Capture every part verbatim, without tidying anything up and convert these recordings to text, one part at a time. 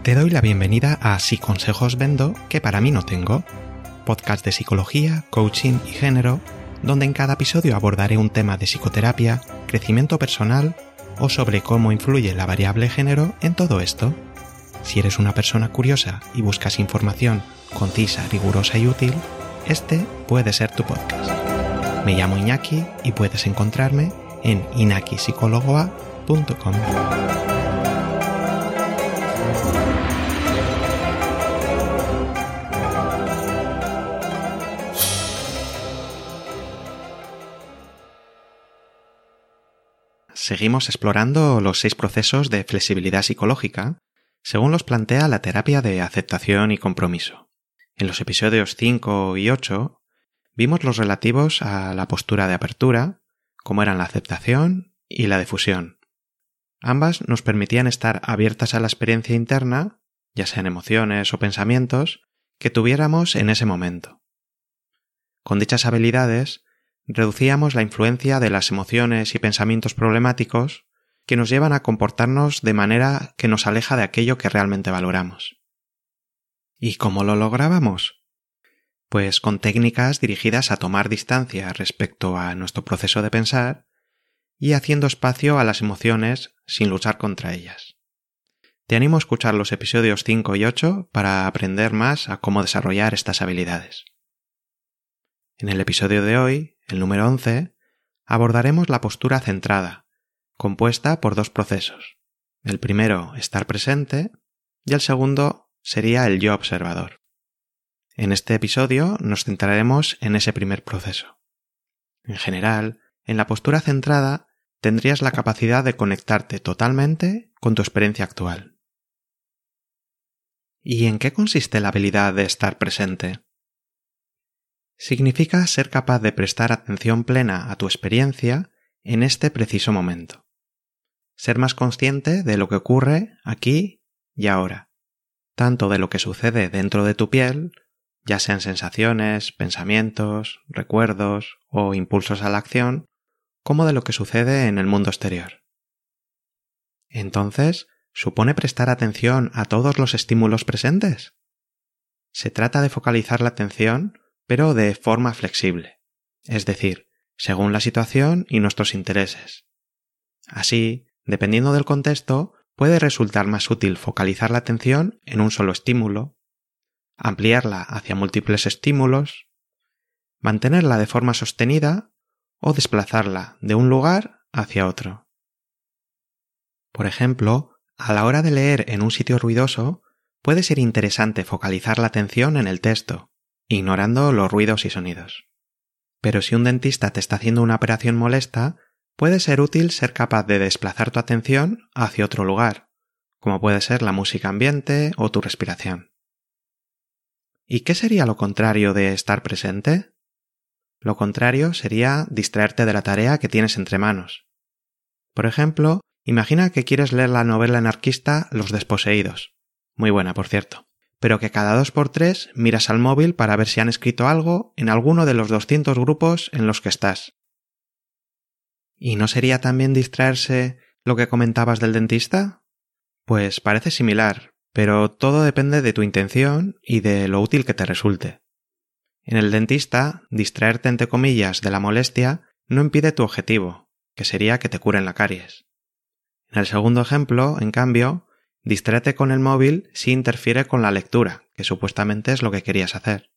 Te doy la bienvenida a Si consejos vendo, que para mí no tengo, podcast de psicología, coaching y género, donde en cada episodio abordaré un tema de psicoterapia, crecimiento personal o sobre cómo influye la variable género en todo esto. Si eres una persona curiosa y buscas información concisa, rigurosa y útil, este puede ser tu podcast. Me llamo Iñaki y puedes encontrarme en inaki psicologoa punto com. Seguimos explorando los seis procesos de flexibilidad psicológica, según los plantea la terapia de aceptación y compromiso. En los episodios cinco y ocho vimos los relativos a la postura de apertura, como eran la aceptación y la difusión. Ambas nos permitían estar abiertas a la experiencia interna, ya sean emociones o pensamientos, que tuviéramos en ese momento. Con dichas habilidades, reducíamos la influencia de las emociones y pensamientos problemáticos que nos llevan a comportarnos de manera que nos aleja de aquello que realmente valoramos. ¿Y cómo lo lográbamos? Pues con técnicas dirigidas a tomar distancia respecto a nuestro proceso de pensar y haciendo espacio a las emociones sin luchar contra ellas. Te animo a escuchar los episodios cinco y ocho para aprender más a cómo desarrollar estas habilidades. En el episodio de hoy, el número once, abordaremos la postura centrada, compuesta por dos procesos. El primero, estar presente, y el segundo sería el yo observador. En este episodio nos centraremos en ese primer proceso. En general, en la postura centrada tendrías la capacidad de conectarte totalmente con tu experiencia actual. ¿Y en qué consiste la habilidad de estar presente? Significa ser capaz de prestar atención plena a tu experiencia en este preciso momento. Ser más consciente de lo que ocurre aquí y ahora, tanto de lo que sucede dentro de tu piel, ya sean sensaciones, pensamientos, recuerdos o impulsos a la acción, como de lo que sucede en el mundo exterior. Entonces, ¿supone prestar atención a todos los estímulos presentes? Se trata de focalizar la atención pero de forma flexible, es decir, según la situación y nuestros intereses. Así, dependiendo del contexto, puede resultar más útil focalizar la atención en un solo estímulo, ampliarla hacia múltiples estímulos, mantenerla de forma sostenida o desplazarla de un lugar hacia otro. Por ejemplo, a la hora de leer en un sitio ruidoso, puede ser interesante focalizar la atención en el texto, ignorando los ruidos y sonidos. Pero si un dentista te está haciendo una operación molesta, puede ser útil ser capaz de desplazar tu atención hacia otro lugar, como puede ser la música ambiente o tu respiración. ¿Y qué sería lo contrario de estar presente? Lo contrario sería distraerte de la tarea que tienes entre manos. Por ejemplo, imagina que quieres leer la novela anarquista Los desposeídos. Muy buena, por cierto. Pero que cada dos por tres miras al móvil para ver si han escrito algo en alguno de los doscientos grupos en los que estás. ¿Y no sería también distraerse lo que comentabas del dentista? Pues parece similar, pero todo depende de tu intención y de lo útil que te resulte. En el dentista, distraerte entre comillas de la molestia no impide tu objetivo, que sería que te curen la caries. En el segundo ejemplo, en cambio, distráete con el móvil si interfiere con la lectura, que supuestamente es lo que querías hacer.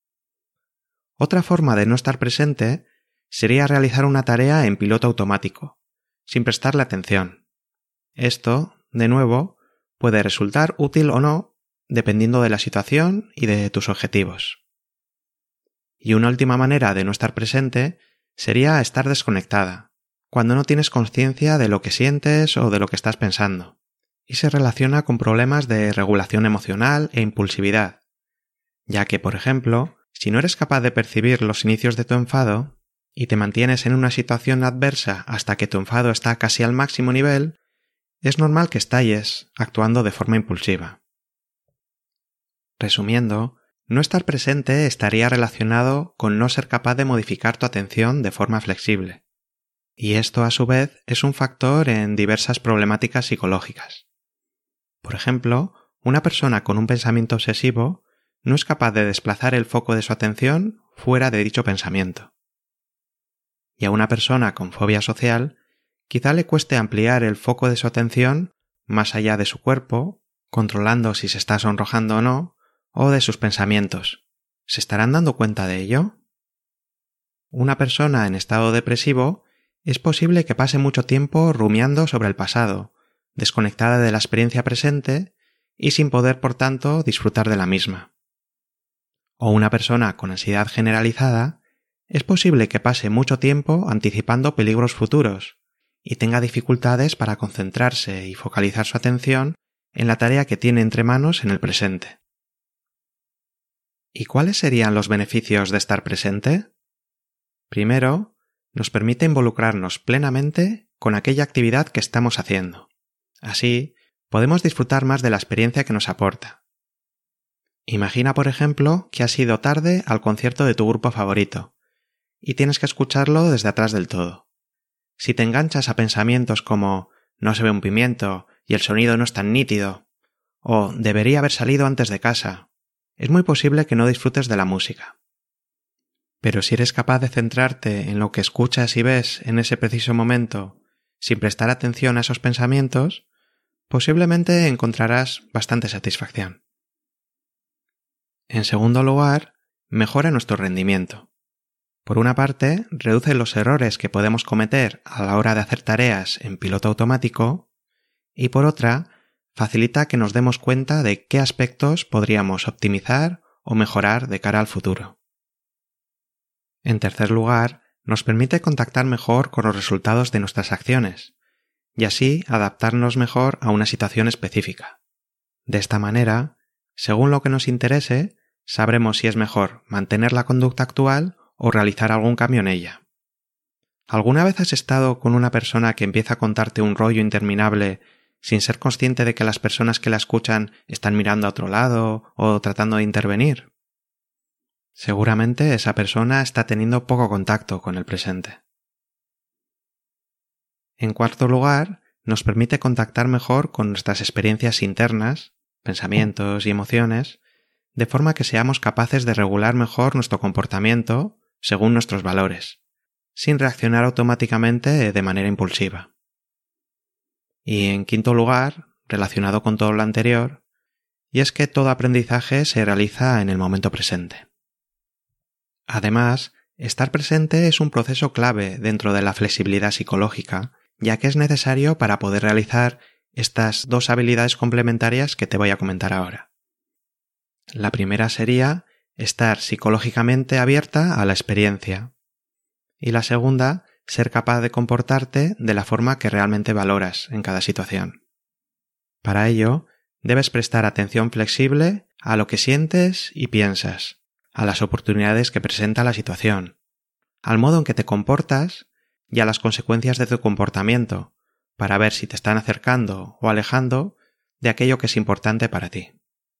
Otra forma de no estar presente sería realizar una tarea en piloto automático, sin prestarle atención. Esto, de nuevo, puede resultar útil o no, dependiendo de la situación y de tus objetivos. Y una última manera de no estar presente sería estar desconectada, cuando no tienes conciencia de lo que sientes o de lo que estás pensando. Y se relaciona con problemas de regulación emocional e impulsividad, ya que, por ejemplo, si no eres capaz de percibir los inicios de tu enfado y te mantienes en una situación adversa hasta que tu enfado está casi al máximo nivel, es normal que estalles, actuando de forma impulsiva. Resumiendo, no estar presente estaría relacionado con no ser capaz de modificar tu atención de forma flexible. Y esto, a su vez, es un factor en diversas problemáticas psicológicas. Por ejemplo, una persona con un pensamiento obsesivo no es capaz de desplazar el foco de su atención fuera de dicho pensamiento. Y a una persona con fobia social quizá le cueste ampliar el foco de su atención más allá de su cuerpo, controlando si se está sonrojando o no, o de sus pensamientos. ¿Se estarán dando cuenta de ello? Una persona en estado depresivo es posible que pase mucho tiempo rumiando sobre el pasado, desconectada de la experiencia presente y sin poder, por tanto, disfrutar de la misma. O una persona con ansiedad generalizada es posible que pase mucho tiempo anticipando peligros futuros y tenga dificultades para concentrarse y focalizar su atención en la tarea que tiene entre manos en el presente. ¿Y cuáles serían los beneficios de estar presente? Primero, nos permite involucrarnos plenamente con aquella actividad que estamos haciendo. Así, podemos disfrutar más de la experiencia que nos aporta. Imagina, por ejemplo, que has ido tarde al concierto de tu grupo favorito y tienes que escucharlo desde atrás del todo. Si te enganchas a pensamientos como no se ve un pimiento y el sonido no es tan nítido, o debería haber salido antes de casa, es muy posible que no disfrutes de la música. Pero si eres capaz de centrarte en lo que escuchas y ves en ese preciso momento, sin prestar atención a esos pensamientos, posiblemente encontrarás bastante satisfacción. En segundo lugar, mejora nuestro rendimiento. Por una parte, reduce los errores que podemos cometer a la hora de hacer tareas en piloto automático y por otra, facilita que nos demos cuenta de qué aspectos podríamos optimizar o mejorar de cara al futuro. En tercer lugar, nos permite contactar mejor con los resultados de nuestras acciones y así adaptarnos mejor a una situación específica. De esta manera, según lo que nos interese, sabremos si es mejor mantener la conducta actual o realizar algún cambio en ella. ¿Alguna vez has estado con una persona que empieza a contarte un rollo interminable sin ser consciente de que las personas que la escuchan están mirando a otro lado o tratando de intervenir? Seguramente esa persona está teniendo poco contacto con el presente. En cuarto lugar, nos permite contactar mejor con nuestras experiencias internas, pensamientos y emociones, de forma que seamos capaces de regular mejor nuestro comportamiento según nuestros valores, sin reaccionar automáticamente de manera impulsiva. Y en quinto lugar, relacionado con todo lo anterior, y es que todo aprendizaje se realiza en el momento presente. Además, estar presente es un proceso clave dentro de la flexibilidad psicológica, ya que es necesario para poder realizar estas dos habilidades complementarias que te voy a comentar ahora. La primera sería estar psicológicamente abierta a la experiencia. Y la segunda, ser capaz de comportarte de la forma que realmente valoras en cada situación. Para ello, debes prestar atención flexible a lo que sientes y piensas, a las oportunidades que presenta la situación, al modo en que te comportas y a las consecuencias de tu comportamiento, para ver si te están acercando o alejando de aquello que es importante para ti.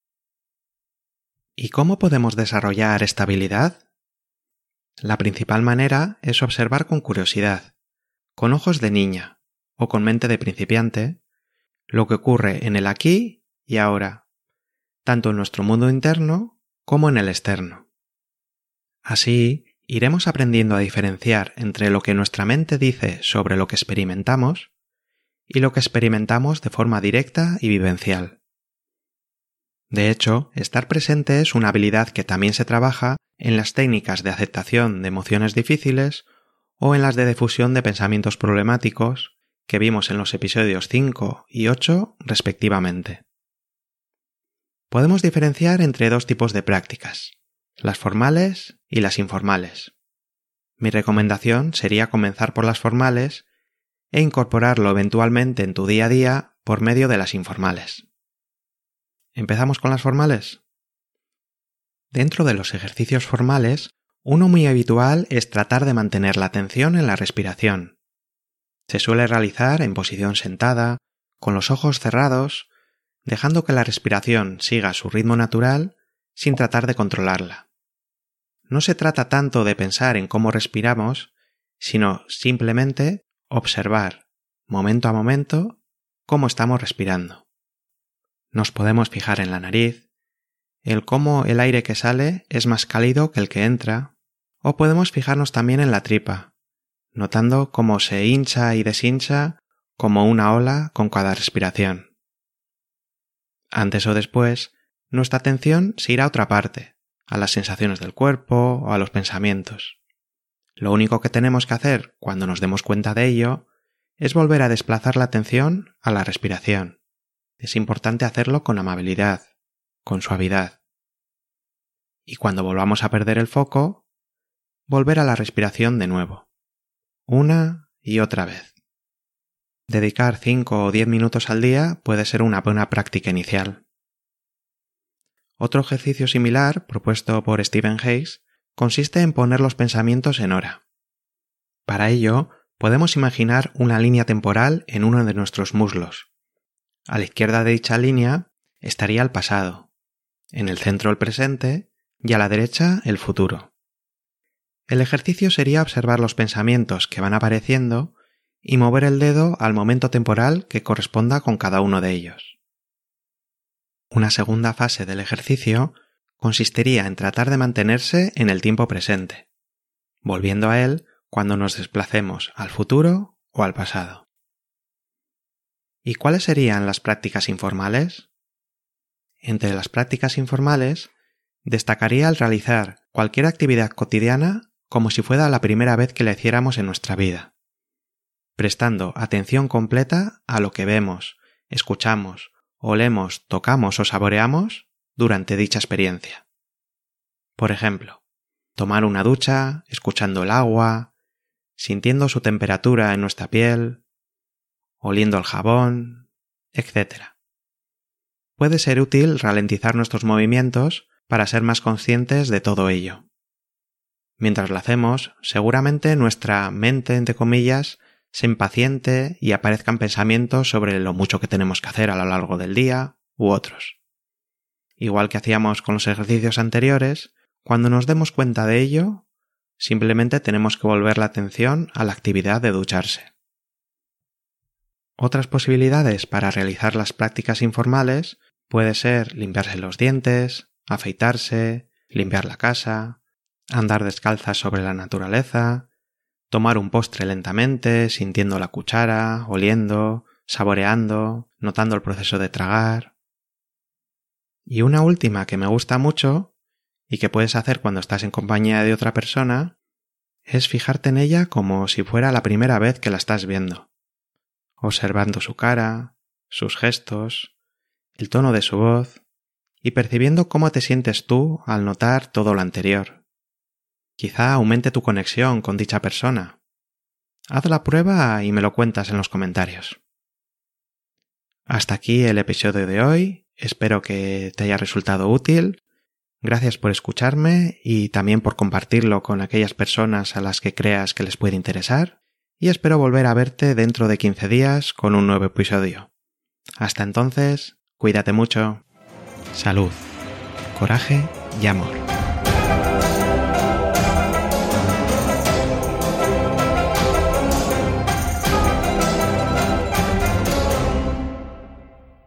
¿Y cómo podemos desarrollar esta habilidad? La principal manera es observar con curiosidad, con ojos de niña o con mente de principiante, lo que ocurre en el aquí y ahora, tanto en nuestro mundo interno como en el externo. Así, iremos aprendiendo a diferenciar entre lo que nuestra mente dice sobre lo que experimentamos y lo que experimentamos de forma directa y vivencial. De hecho, estar presente es una habilidad que también se trabaja en las técnicas de aceptación de emociones difíciles o en las de difusión de pensamientos problemáticos que vimos en los episodios cinco y ocho respectivamente. Podemos diferenciar entre dos tipos de prácticas, las formales y las informales. Mi recomendación sería comenzar por las formales e incorporarlo eventualmente en tu día a día por medio de las informales. ¿Empezamos con las formales? Dentro de los ejercicios formales, uno muy habitual es tratar de mantener la atención en la respiración. Se suele realizar en posición sentada, con los ojos cerrados, dejando que la respiración siga su ritmo natural sin tratar de controlarla. No se trata tanto de pensar en cómo respiramos, sino simplemente observar, momento a momento, cómo estamos respirando. Nos podemos fijar en la nariz, el cómo el aire que sale es más cálido que el que entra, o podemos fijarnos también en la tripa, notando cómo se hincha y deshincha como una ola con cada respiración. Antes o después, nuestra atención se irá a otra parte, a las sensaciones del cuerpo o a los pensamientos. Lo único que tenemos que hacer cuando nos demos cuenta de ello es volver a desplazar la atención a la respiración. Es importante hacerlo con amabilidad, con suavidad. Y cuando volvamos a perder el foco, volver a la respiración de nuevo, una y otra vez. Dedicar cinco o diez minutos al día puede ser una buena práctica inicial. Otro ejercicio similar, propuesto por Stephen Hayes, consiste en poner los pensamientos en hora. Para ello, podemos imaginar una línea temporal en uno de nuestros muslos. A la izquierda de dicha línea estaría el pasado, en el centro el presente y a la derecha el futuro. El ejercicio sería observar los pensamientos que van apareciendo y mover el dedo al momento temporal que corresponda con cada uno de ellos. Una segunda fase del ejercicio consistiría en tratar de mantenerse en el tiempo presente, volviendo a él cuando nos desplacemos al futuro o al pasado. ¿Y cuáles serían las prácticas informales? Entre las prácticas informales, destacaría el realizar cualquier actividad cotidiana como si fuera la primera vez que la hiciéramos en nuestra vida, prestando atención completa a lo que vemos, escuchamos, olemos, tocamos o saboreamos durante dicha experiencia. Por ejemplo, tomar una ducha, escuchando el agua, sintiendo su temperatura en nuestra piel, oliendo el jabón, etcétera. Puede ser útil ralentizar nuestros movimientos para ser más conscientes de todo ello. Mientras lo hacemos, seguramente nuestra mente, entre comillas, se impaciente y aparezcan pensamientos sobre lo mucho que tenemos que hacer a lo largo del día u otros. Igual que hacíamos con los ejercicios anteriores, cuando nos demos cuenta de ello, simplemente tenemos que volver la atención a la actividad de ducharse. Otras posibilidades para realizar las prácticas informales puede ser limpiarse los dientes, afeitarse, limpiar la casa, andar descalzas sobre la naturaleza, tomar un postre lentamente, sintiendo la cuchara, oliendo, saboreando, notando el proceso de tragar. Y una última que me gusta mucho y que puedes hacer cuando estás en compañía de otra persona es fijarte en ella como si fuera la primera vez que la estás viendo, observando su cara, sus gestos, el tono de su voz y percibiendo cómo te sientes tú al notar todo lo anterior. Quizá aumente tu conexión con dicha persona. Haz la prueba y me lo cuentas en los comentarios. Hasta aquí el episodio de hoy. Espero que te haya resultado útil. Gracias por escucharme y también por compartirlo con aquellas personas a las que creas que les puede interesar. Y espero volver a verte dentro de quince días con un nuevo episodio. Hasta entonces, cuídate mucho. Salud, coraje y amor.